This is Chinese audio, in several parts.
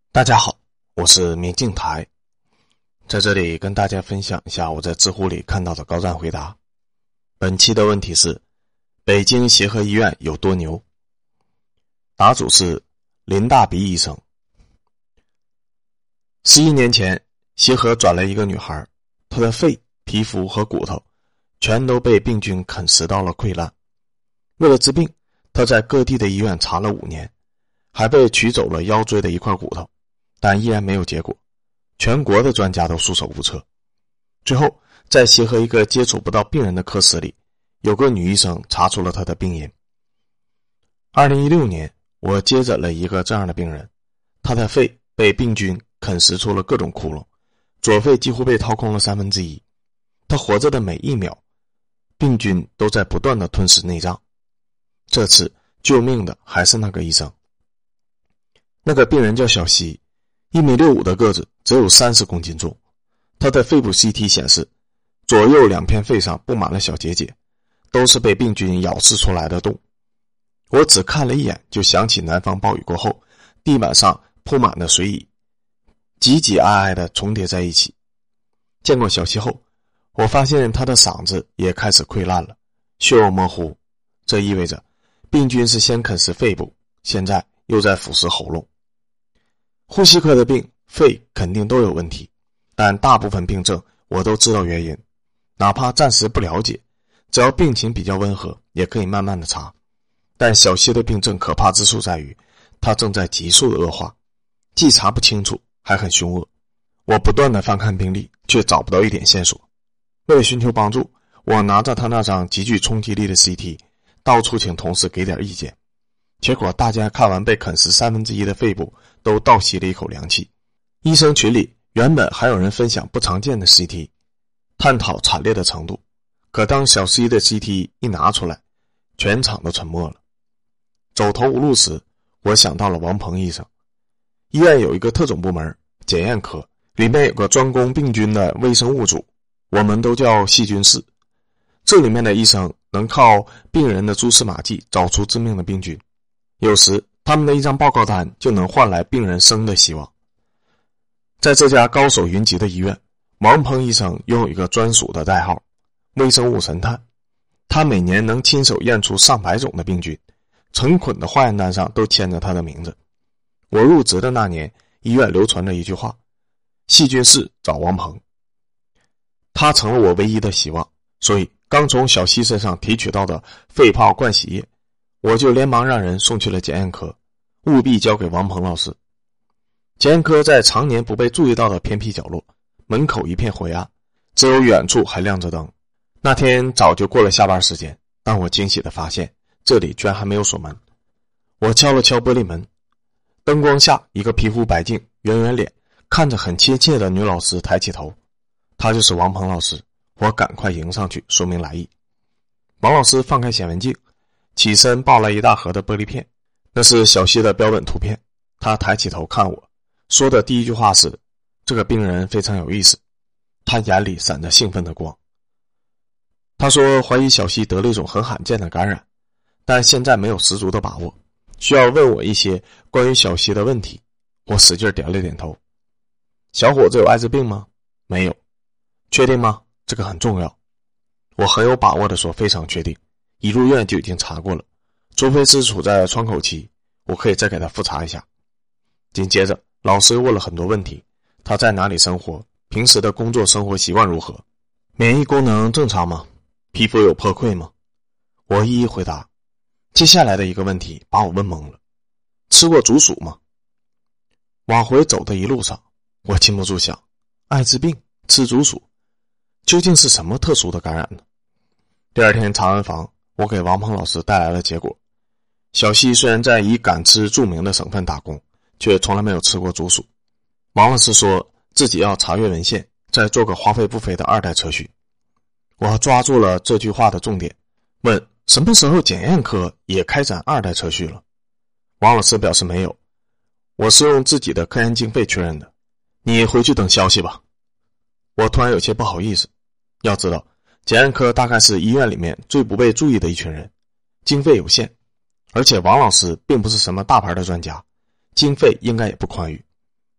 大家好，我是明镜台，在这里跟大家分享一下我在知乎里看到的高赞回答。本期的问题是：北京协和医院有多牛？答主是林大鼻医生。11年前，协和转来一个女孩，她的肺、皮肤和骨头全都被病菌啃食到了溃烂。为了治病，她在各地的医院查了5年，还被取走了腰椎的一块骨头，但依然没有结果，全国的专家都束手无策。最后在协和一个接触不到病人的科室里，有个女医生查出了她的病因。2016年，我接诊了一个这样的病人，他的肺被病菌啃食出了各种窟窿，左肺几乎被掏空了1/3。他活着的每一秒，病菌都在不断地吞噬内脏。这次救命的还是那个医生。那个病人叫小西，1.65米的个子，只有30公斤重。他的肺部 CT 显示，左右2片肺上布满了小结节，都是被病菌咬噬出来的洞。我只看了一眼就想起南方暴雨过后，地板上铺满了水蚁，挤挤挨挨的重叠在一起。见过小西后，我发现他的嗓子也开始溃烂了，血肉模糊，这意味着病菌是先啃食肺部，现在又在腐蚀喉咙。呼吸科的病，肺肯定都有问题，但大部分病症我都知道原因，哪怕暂时不了解，只要病情比较温和，也可以慢慢的查。但小西的病症可怕之处在于，他正在急速的恶化，既查不清楚，还很凶恶。我不断的翻看病历，却找不到一点线索。为了寻求帮助，我拿着他那张极具冲击力的 CT， 到处请同事给点意见。结果大家看完被啃食1/3的肺部，都倒吸了一口凉气。医生群里原本还有人分享不常见的 CT， 探讨惨烈的程度，可当小 C 的 CT 一拿出来，全场都沉默了。走投无路时，我想到了王鹏医生。医院有一个特种部门检验科，里面有个专攻病菌的微生物组，我们都叫细菌室。这里面的医生能靠病人的蛛丝马迹找出致命的病菌，有时他们的一张报告单就能换来病人生的希望。在这家高手云集的医院，王鹏医生拥有一个专属的代号——微生物神探。他每年能亲手验出上百种的病菌，成捆的化验单上都签着他的名字。我入职的那年，医院流传着一句话：细菌室找王鹏。他成了我唯一的希望，所以刚从小西身上提取到的肺泡灌洗液，我就连忙让人送去了检验科，务必交给王鹏老师。检验科在常年不被注意到的偏僻角落，门口一片灰暗，只有远处还亮着灯。那天早就过了下班时间，但我惊喜地发现这里居然还没有锁门。我敲了敲玻璃门，灯光下一个皮肤白净、圆圆脸看着很亲切的女老师抬起头，她就是王鹏老师。我赶快迎上去说明来意。王老师放开显微镜，起身抱来一大盒的玻璃片，那是小西的标本图片。他抬起头看我，说的第一句话是：这个病人非常有意思。他眼里闪着兴奋的光。他说怀疑小西得了一种很罕见的感染，但现在没有十足的把握，需要问我一些关于小西的问题。我使劲点了点头。小伙子有艾滋病吗？没有。确定吗？这个很重要。我很有把握地说非常确定，一入院就已经查过了，除非是处在窗口期，我可以再给他复查一下。紧接着老师又问了很多问题，他在哪里生活，平时的工作生活习惯如何，免疫功能正常吗？皮肤有破溃吗？我一一回答。接下来的一个问题把我问懵了：吃过竹鼠吗？往回走的一路上，我禁不住想，艾滋病，吃竹鼠，究竟是什么特殊的感染呢？第二天查完房，我给王鹏老师带来了结果。小西虽然在以敢吃著名的省份打工，却从来没有吃过竹鼠。王老师说自己要查阅文献，再做个花费不菲的2代测序。我抓住了这句话的重点，问什么时候检验科也开展2代测序了？王老师表示没有，我是用自己的科研经费确认的，你回去等消息吧。我突然有些不好意思，要知道检验科大概是医院里面最不被注意的一群人，经费有限，而且王老师并不是什么大牌的专家，经费应该也不宽裕。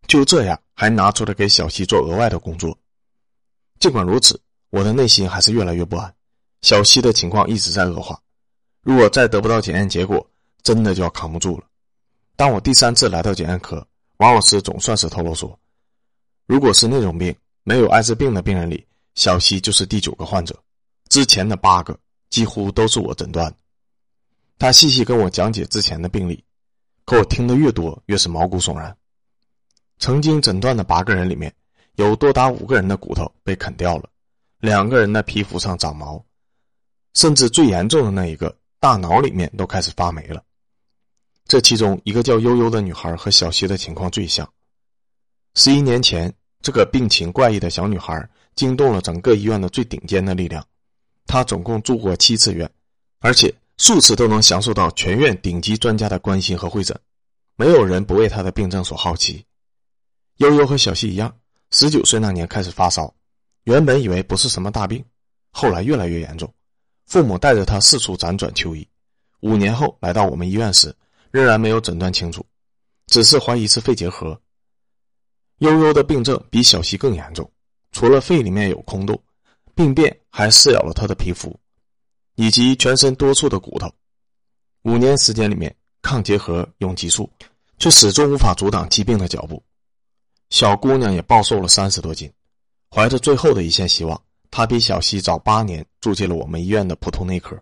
就这样还拿出来给小西做额外的工作。尽管如此，我的内心还是越来越不安，小西的情况一直在恶化，如果再得不到检验结果，真的就要扛不住了。当我第3次来到检验科，王老师总算是透露说，如果是那种病，没有艾滋病的病人里，小西就是第9个患者，之前的8个几乎都是我诊断的。他细细跟我讲解之前的病例，可我听得越多越是毛骨悚然。曾经诊断的8个人里面，有多达5个人的骨头被啃掉了，2个人的皮肤上长毛，甚至最严重的那一个，大脑里面都开始发霉了。这其中一个叫悠悠的女孩和小西的情况最像。11年前，这个病情怪异的小女孩惊动了整个医院的最顶尖的力量，她总共住过7次院，而且数次都能享受到全院顶级专家的关心和会诊，没有人不为她的病症所好奇。悠悠和小西一样，19岁那年开始发烧，原本以为不是什么大病，后来越来越严重，父母带着她四处辗转求医。5年后来到我们医院时，仍然没有诊断清楚，只是怀疑是肺结核。悠悠的病症比小西更严重，除了肺里面有空洞，病变还撕咬了她的皮肤，以及全身多处的骨头。5年时间里面，抗结核用激素，却始终无法阻挡疾病的脚步。小姑娘也暴瘦了30多斤，怀着最后的一线希望，她比小西早8年住进了我们医院的普通内科。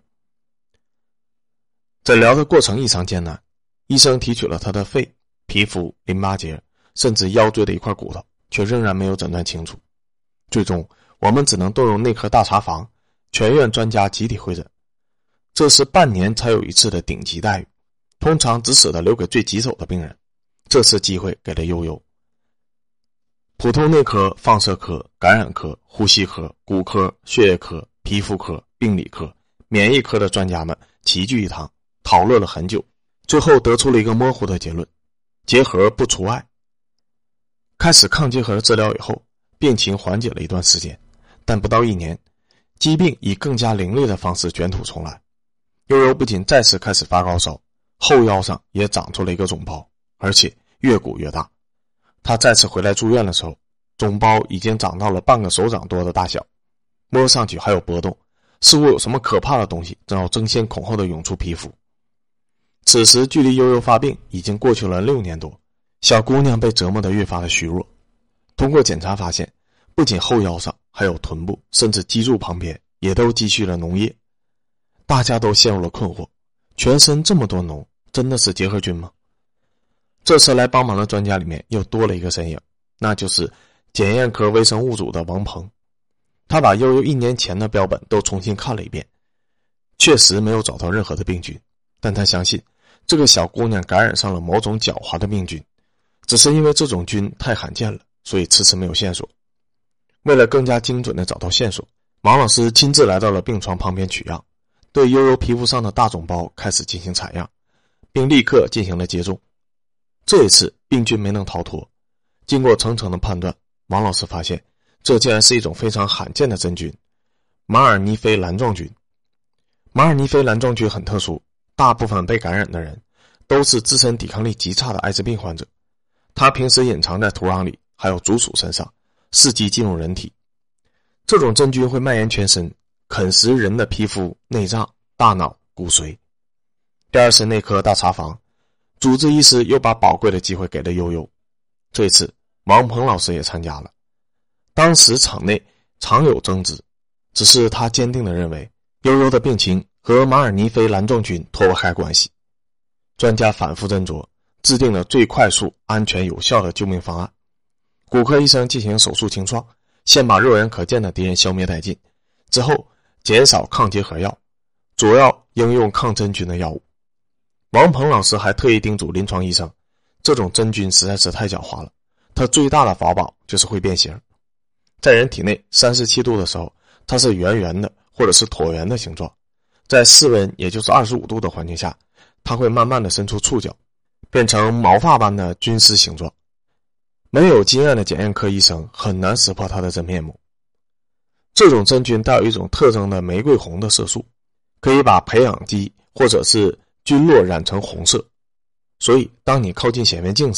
诊疗的过程异常艰难，医生提取了她的肺、皮肤、淋巴结，甚至腰椎的一块骨头，却仍然没有诊断清楚。最终我们只能动用内科大查房，全院专家集体会诊。这是半年才有一次的顶级待遇，通常只舍得留给最棘手的病人，这次机会给了悠悠。普通内科、放射科、感染科、呼吸科、骨科、血液科、皮肤科、病理科、免疫科的专家们齐聚一堂，讨论了很久，最后得出了一个模糊的结论：结核不除外。开始抗结核治疗以后，病情缓解了一段时间，但不到1年，疾病以更加凌厉的方式卷土重来。悠悠不仅再次开始发高烧，后腰上也长出了一个肿包，而且越鼓越大。他再次回来住院的时候，肿包已经长到了半个手掌多的大小，摸上去还有波动，似乎有什么可怕的东西正要争先恐后的涌出皮肤。此时距离悠悠发病已经过去了6年多，小姑娘被折磨得越发的虚弱。通过检查发现，不仅后腰上，还有臀部甚至脊柱旁边也都积蓄了脓液。大家都陷入了困惑，全身这么多脓，真的是结核菌吗？这次来帮忙的专家里面又多了一个身影，那就是检验科微生物组的王鹏。他把悠悠1年前的标本都重新看了一遍，确实没有找到任何的病菌，但他相信这个小姑娘感染上了某种狡猾的病菌，只是因为这种菌太罕见了，所以迟迟没有线索。为了更加精准地找到线索，王老师亲自来到了病床旁边取样，对悠悠皮肤上的大肿包开始进行采样，并立刻进行了接种。这一次病菌没能逃脱，经过层层的判断，王老师发现这竟然是一种非常罕见的真菌——马尔尼非蓝状菌。马尔尼非蓝状菌很特殊，大部分被感染的人都是自身抵抗力极差的艾滋病患者，它平时隐藏在土壤里，还有竹鼠身上，伺机进入人体。这种真菌会蔓延全身，啃食人的皮肤、内脏、大脑、骨髓。第2次内科大查房，主治医师又把宝贵的机会给了悠悠。这一次王鹏老师也参加了。当时场内常有争执，只是他坚定地认为悠悠的病情和马尔尼非蓝状菌脱不开关系。专家反复斟酌，制定了最快速、安全、有效的救命方案。骨科医生进行手术清创，先把肉眼可见的敌人消灭殆尽，之后减少抗结核药，主要应用抗真菌的药物。王鹏老师还特意叮嘱临床医生，这种真菌实在是太狡猾了，它最大的法宝就是会变形。在人体内37度的时候，它是圆圆的或者是椭圆的形状，在室温也就是25度的环境下，它会慢慢的伸出触角，变成毛发般的菌丝形状。没有经验的检验科医生很难识破它的真面目。这种真菌带有一种特征的玫瑰红的色素，可以把培养基或者是菌落染成红色，所以当你靠近显微镜时，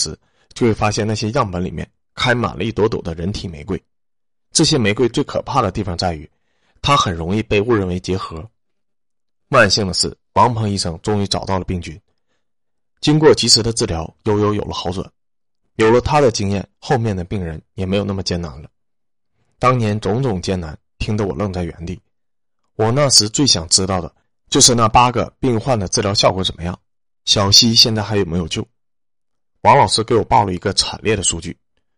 就会发现那些样本里面开满了一朵朵的人体玫瑰。这些玫瑰最可怕的地方在于，它很容易被误认为结核。万幸的是，王鹏医生终于找到了病菌。经过及时的治疗，悠悠有了好转。有了他的经验，后面的病人也没有那么艰难了。当年种种艰难听得我愣在原地。我那时最想知道的就是那8个病患的治疗效果怎么样，小西现在还有没有救。王老师给我报了一个惨烈的数据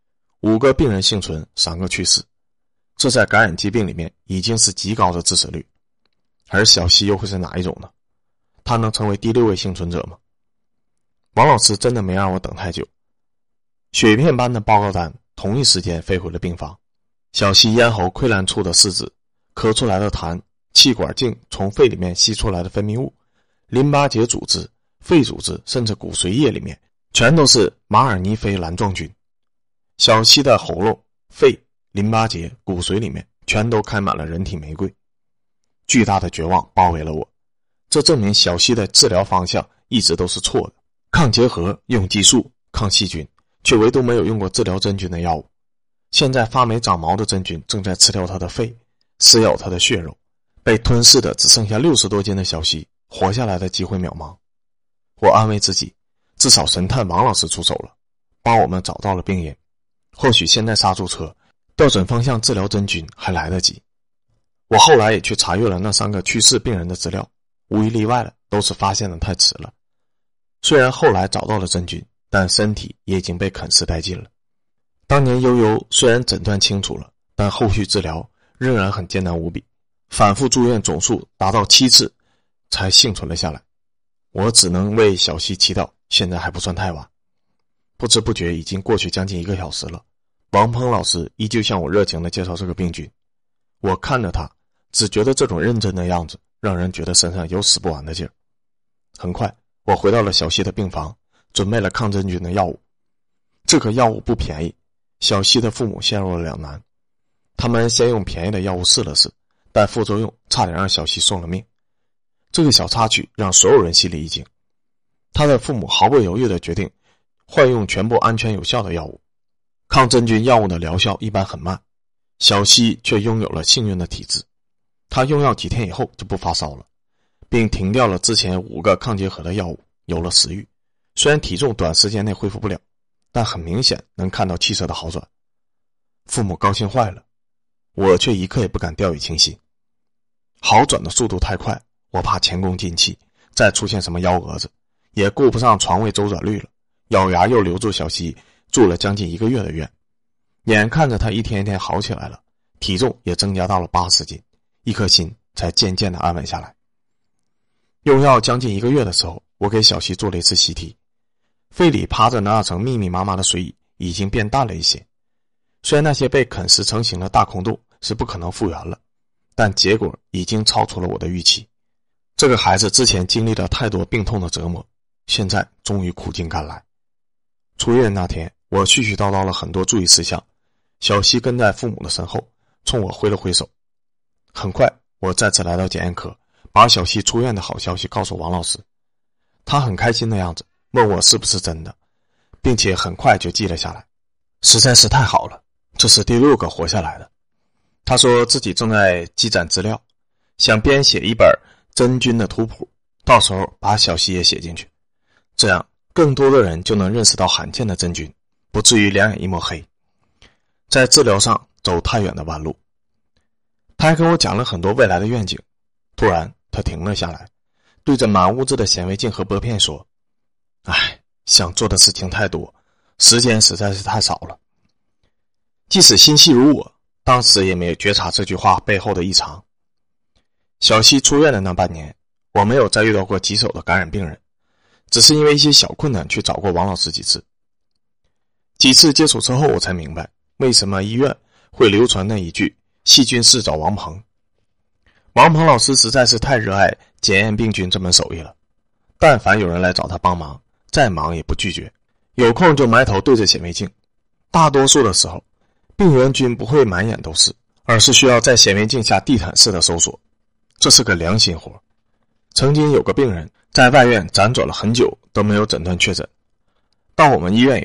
，5个病人幸存，3个去世。这在感染疾病里面已经是极高的致死率。而小西又会是哪一种呢？他能成为第6位幸存者吗？王老师真的没让我等太久，雪片般的报告单同一时间飞回了病房。小西咽喉溃烂处的试纸，咳出来的痰，气管镜从肺里面吸出来的分泌物，淋巴结组织、肺组织甚至骨髓液里面全都是马尔尼非蓝状菌。小西的喉咙、肺、淋巴结、骨髓里面全都开满了人体玫瑰。巨大的绝望包围了我，这证明小西的治疗方向一直都是错的。抗结核用激素、抗细菌，却唯独没有用过治疗真菌的药物。现在发霉长毛的真菌正在吃掉他的肺，撕咬他的血肉，被吞噬的只剩下60多斤的小西，活下来的机会渺茫。我安慰自己，至少神探王老师出手了，帮我们找到了病因，或许现在刹住车，调准方向治疗真菌还来得及。我后来也去查阅了那3个去世病人的资料，无一例外的都是发现的太迟了。虽然后来找到了真菌，但身体也已经被啃食殆尽了。当年悠悠虽然诊断清楚了，但后续治疗仍然很艰难无比，反复住院总数达到7次才幸存了下来。我只能为小西祈祷，现在还不算太晚。不知不觉已经过去将近1个小时了，王鹏老师依旧向我热情地介绍这个病菌。我看着他，只觉得这种认真的样子让人觉得身上有使不完的劲儿。很快我回到了小西的病房，准备了抗真菌的药物。这个药物不便宜，小西的父母陷入了两难。他们先用便宜的药物试了试，但副作用差点让小西送了命。这个小插曲让所有人心里一惊。他的父母毫不犹豫地决定换用全部安全有效的药物。抗真菌药物的疗效一般很慢，小西却拥有了幸运的体质。他用药几天以后就不发烧了，并停掉了之前5个抗结核的药物，有了食欲。虽然体重短时间内恢复不了，但很明显能看到气色的好转。父母高兴坏了，我却一刻也不敢掉以轻心。好转的速度太快，我怕前功尽弃，再出现什么幺蛾子，也顾不上床位周转率了，咬牙又留住小西，住了将近1个月的院。眼看着他一天一天好起来了，体重也增加到了80斤，一颗心才渐渐的安稳下来。用药将近1个月的时候，我给小西做了一次 CT， 肺里趴着那层密密麻麻的水蚁已经变淡了一些。虽然那些被啃食成型的大空洞是不可能复原了，但结果已经超出了我的预期。这个孩子之前经历了太多病痛的折磨，现在终于苦尽甘来。出院那天，我絮絮叨叨了很多注意事项，小西跟在父母的身后，冲我挥了挥手。很快，我再次来到检验科，把小西出院的好消息告诉王老师。他很开心的样子，问我是不是真的，并且很快就记了下来。实在是太好了，这是第6个活下来的。他说自己正在积攒资料，想编写一本真菌的图谱，到时候把小西也写进去，这样更多的人就能认识到罕见的真菌，不至于两眼一抹黑，在治疗上走太远的弯路。他还跟我讲了很多未来的愿景。突然他停了下来，对着满屋子的显微镜和玻片说，想做的事情太多，时间实在是太少了。即使心细如我，当时也没有觉察这句话背后的异常。小西出院的那半年，我没有再遇到过棘手的感染病人，只是因为一些小困难去找过王老师几次。几次接触之后，我才明白为什么医院会流传那一句细菌是找王鹏。王鹏老师实在是太热爱检验病菌这门手艺了，但凡有人来找他帮忙，再忙也不拒绝，有空就埋头对着显微镜。大多数的时候，病原菌不会满眼都是，而是需要在显微镜下地毯式的搜索，这是个良心活。曾经有个病人在外院辗转了很久都没有诊断确诊，到我们医院以后，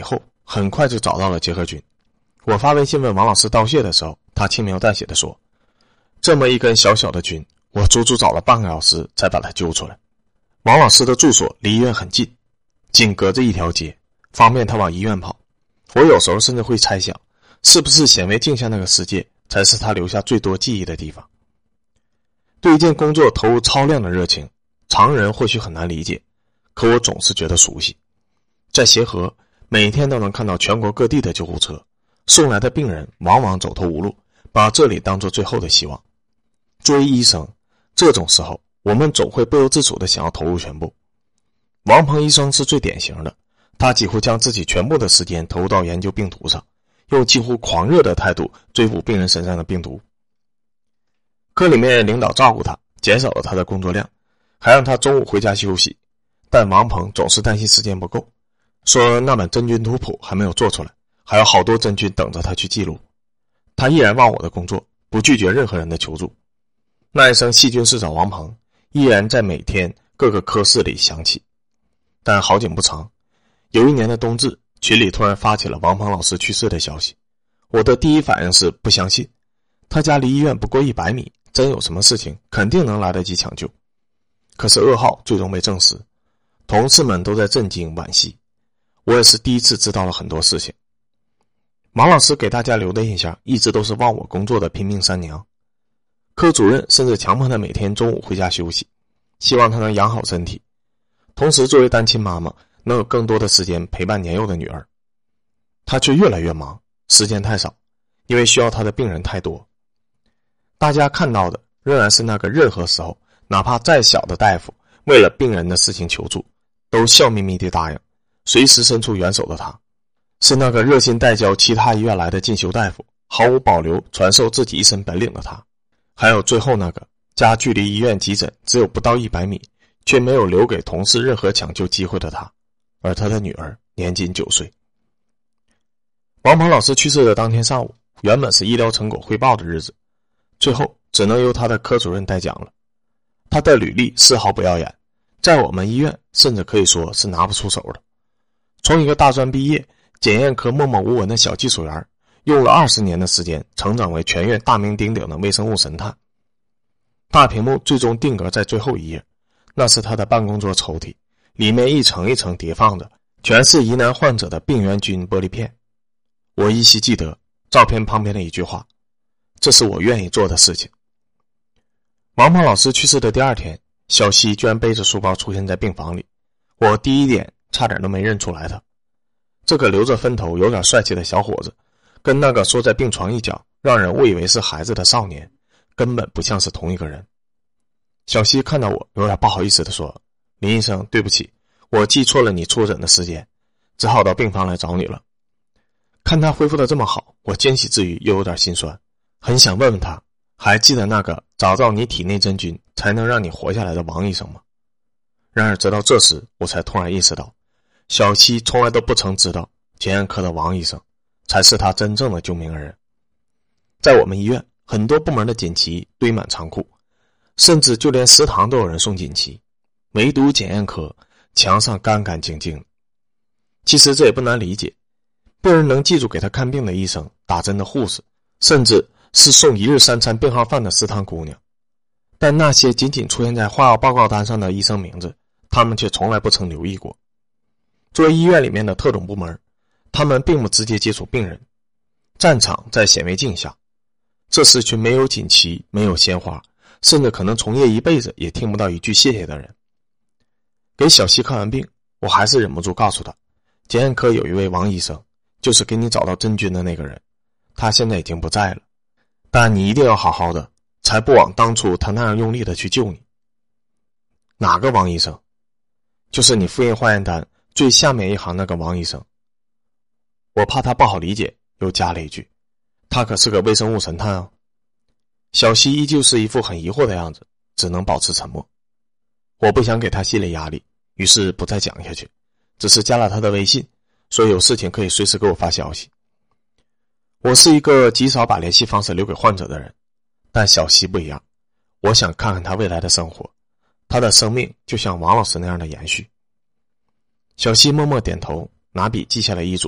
很快就找到了结核菌。我发微信问王老师道谢的时候，他轻描淡写地说，这么一根小小的菌，我足足找了半个小时才把它揪出来。王老师的住所离医院很近，仅隔着一条街，方便他往医院跑。我有时候甚至会猜想，是不是显微镜下那个世界才是他留下最多记忆的地方。对一件工作投入超量的热情，常人或许很难理解，可我总是觉得熟悉。在协和，每天都能看到全国各地的救护车，送来的病人往往走投无路，把这里当作最后的希望。作为医生，这种时候我们总会不由自主地想要投入全部。王鹏医生是最典型的，他几乎将自己全部的时间投入到研究病毒上，用几乎狂热的态度追捕病人身上的病毒。科里面领导照顾他，减少了他的工作量，还让他中午回家休息。但王鹏总是担心时间不够，说那本真菌图谱还没有做出来，还有好多真菌等着他去记录。他依然忘我的工作，不拒绝任何人的求助。那一声细菌室长王鹏依然在每天各个科室里响起。但好景不长，有一年的冬至，群里突然发起了王鹏老师去世的消息。我的第一反应是不相信，他家离医院不过100米，真有什么事情肯定能来得及抢救。可是噩耗最终被证实，同事们都在震惊惋惜，我也是第一次知道了很多事情。王老师给大家留的印象一直都是忘我工作的拼命三娘，科主任甚至强迫他每天中午回家休息，希望他能养好身体，同时作为单亲妈妈能有更多的时间陪伴年幼的女儿。他却越来越忙，时间太少，因为需要他的病人太多。大家看到的仍然是那个任何时候哪怕再小的大夫为了病人的事情求助都笑眯眯地答应，随时伸出援手的他，是那个热心代教其他医院来的进修大夫毫无保留传授自己一身本领的他，还有最后那个家距离医院急诊只有不到100米却没有留给同事任何抢救机会的他，而他的女儿年仅9岁。王鹏老师去世的当天上午，原本是医疗成果汇报的日子，最后只能由他的科主任代讲了。他的履历丝毫不耀眼，在我们医院甚至可以说是拿不出手的。从一个大专毕业检验科默默无闻的小技术员，用了20年的时间成长为全院大名鼎鼎的微生物神探。大屏幕最终定格在最后一页，那是他的办公桌抽屉，里面一层一层叠放着全是疑难患者的病原菌玻璃片。我依稀记得照片旁边的一句话，这是我愿意做的事情。王鹏老师去世的第2天，小西居然背着书包出现在病房里，我第一眼差点都没认出来他。这个留着分头有点帅气的小伙子，跟那个缩在病床一角让人误以为是孩子的少年根本不像是同一个人。小西看到我有点不好意思地说，林医生，对不起，我记错了你出诊的时间，只好到病房来找你了。看他恢复得这么好，我惊喜之余又有点心酸，很想问问他，还记得那个找到你体内真菌才能让你活下来的王医生吗？然而直到这时，我才突然意识到，小西从来都不曾知道检验科的王医生才是他真正的救命恩人。在我们医院，很多部门的锦旗堆满仓库，甚至就连食堂都有人送锦旗，唯独检验科墙上干干净净。其实这也不难理解，病人能记住给他看病的医生、打针的护士，甚至是送1日3餐病号饭的食堂姑娘，但那些仅仅出现在化药报告单上的医生名字，他们却从来不曾留意过。作为医院里面的特种部门，他们并不直接接触病人，战场在显微镜下，这是群没有锦旗、没有鲜花，甚至可能从业一辈子也听不到一句谢谢的人。给小西看完病，我还是忍不住告诉他，检验科有一位王医生，就是给你找到真菌的那个人，他现在已经不在了，但你一定要好好的，才不枉当初他那样用力的去救你。哪个王医生？就是你复印化验单最下面一行那个王医生。我怕他不好理解，又加了一句，他可是个微生物神探哦。小西依旧是一副很疑惑的样子，只能保持沉默。我不想给他心理压力，于是不再讲下去，只是加了他的微信，说有事情可以随时给我发消息。我是一个极少把联系方式留给患者的人，但小西不一样，我想看看他未来的生活，他的生命就像王老师那样的延续。小西默默点头，拿笔记下了遗嘱，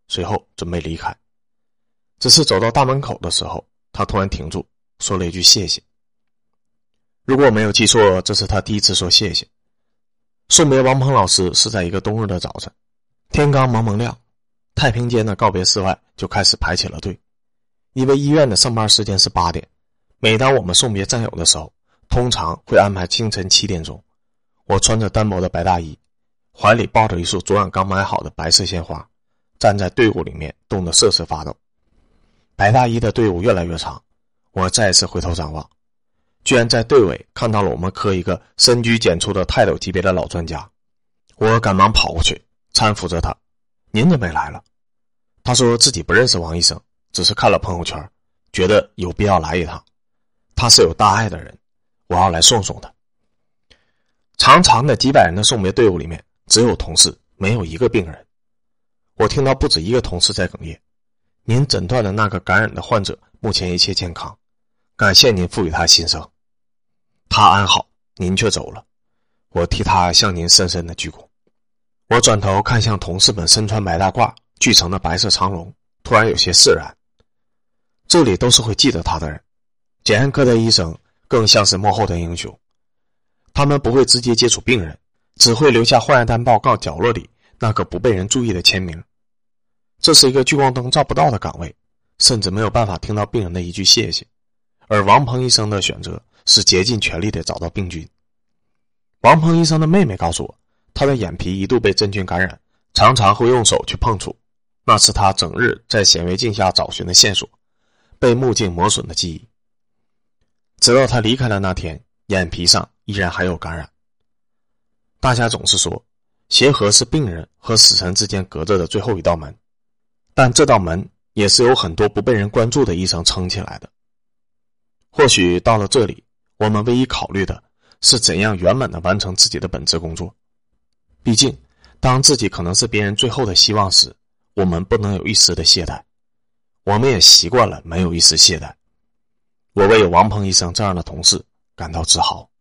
随后准备离开。只是走到大门口的时候，他突然停住，说了一句谢谢。如果我没有记错，这是他第一次说谢谢。送别王鹏老师是在一个冬日的早晨，天刚蒙蒙亮，太平间的告别室外就开始排起了队。因为医院的上班时间是8点，每当我们送别战友的时候，通常会安排清晨7点钟。我穿着单薄的白大衣，怀里抱着一束昨晚刚买好的白色鲜花，站在队伍里面冻得瑟瑟发抖。白大衣的队伍越来越长，我再一次回头张望，居然在队尾看到了我们科一个深居简出的泰斗级别的老专家。我赶忙跑过去搀扶着他，您怎么没来了？他说自己不认识王医生，只是看了朋友圈，觉得有必要来一趟。他是有大爱的人，我要来送送他。长长的几百人的送别队伍里面，只有同事，没有一个病人。我听到不止一个同事在哽咽。您诊断的那个感染的患者目前一切健康，感谢您赋予他新生。他安好，您却走了，我替他向您深深的鞠躬。我转头看向同事们身穿白大褂聚成的白色长龙，突然有些释然。这里都是会记得他的人，检验科的医生更像是幕后的英雄。他们不会直接接触病人，只会留下患癌单报告角落里那个不被人注意的签名。这是一个聚光灯照不到的岗位，甚至没有办法听到病人的一句谢谢。而王鹏医生的选择是竭尽全力地找到病菌。王鹏医生的妹妹告诉我，他的眼皮一度被真菌感染，常常会用手去碰触，那是他整日在显微镜下找寻的线索，被目镜磨损的记忆。直到他离开的那天，眼皮上依然还有感染。大家总是说，协和是病人和死神之间隔着的最后一道门，但这道门也是有很多不被人关注的医生撑起来的。或许到了这里，我们唯一考虑的是怎样圆满地完成自己的本职工作。毕竟，当自己可能是别人最后的希望时，我们不能有一丝的懈怠。我们也习惯了没有一丝懈怠。我为有王鹏医生这样的同事感到自豪。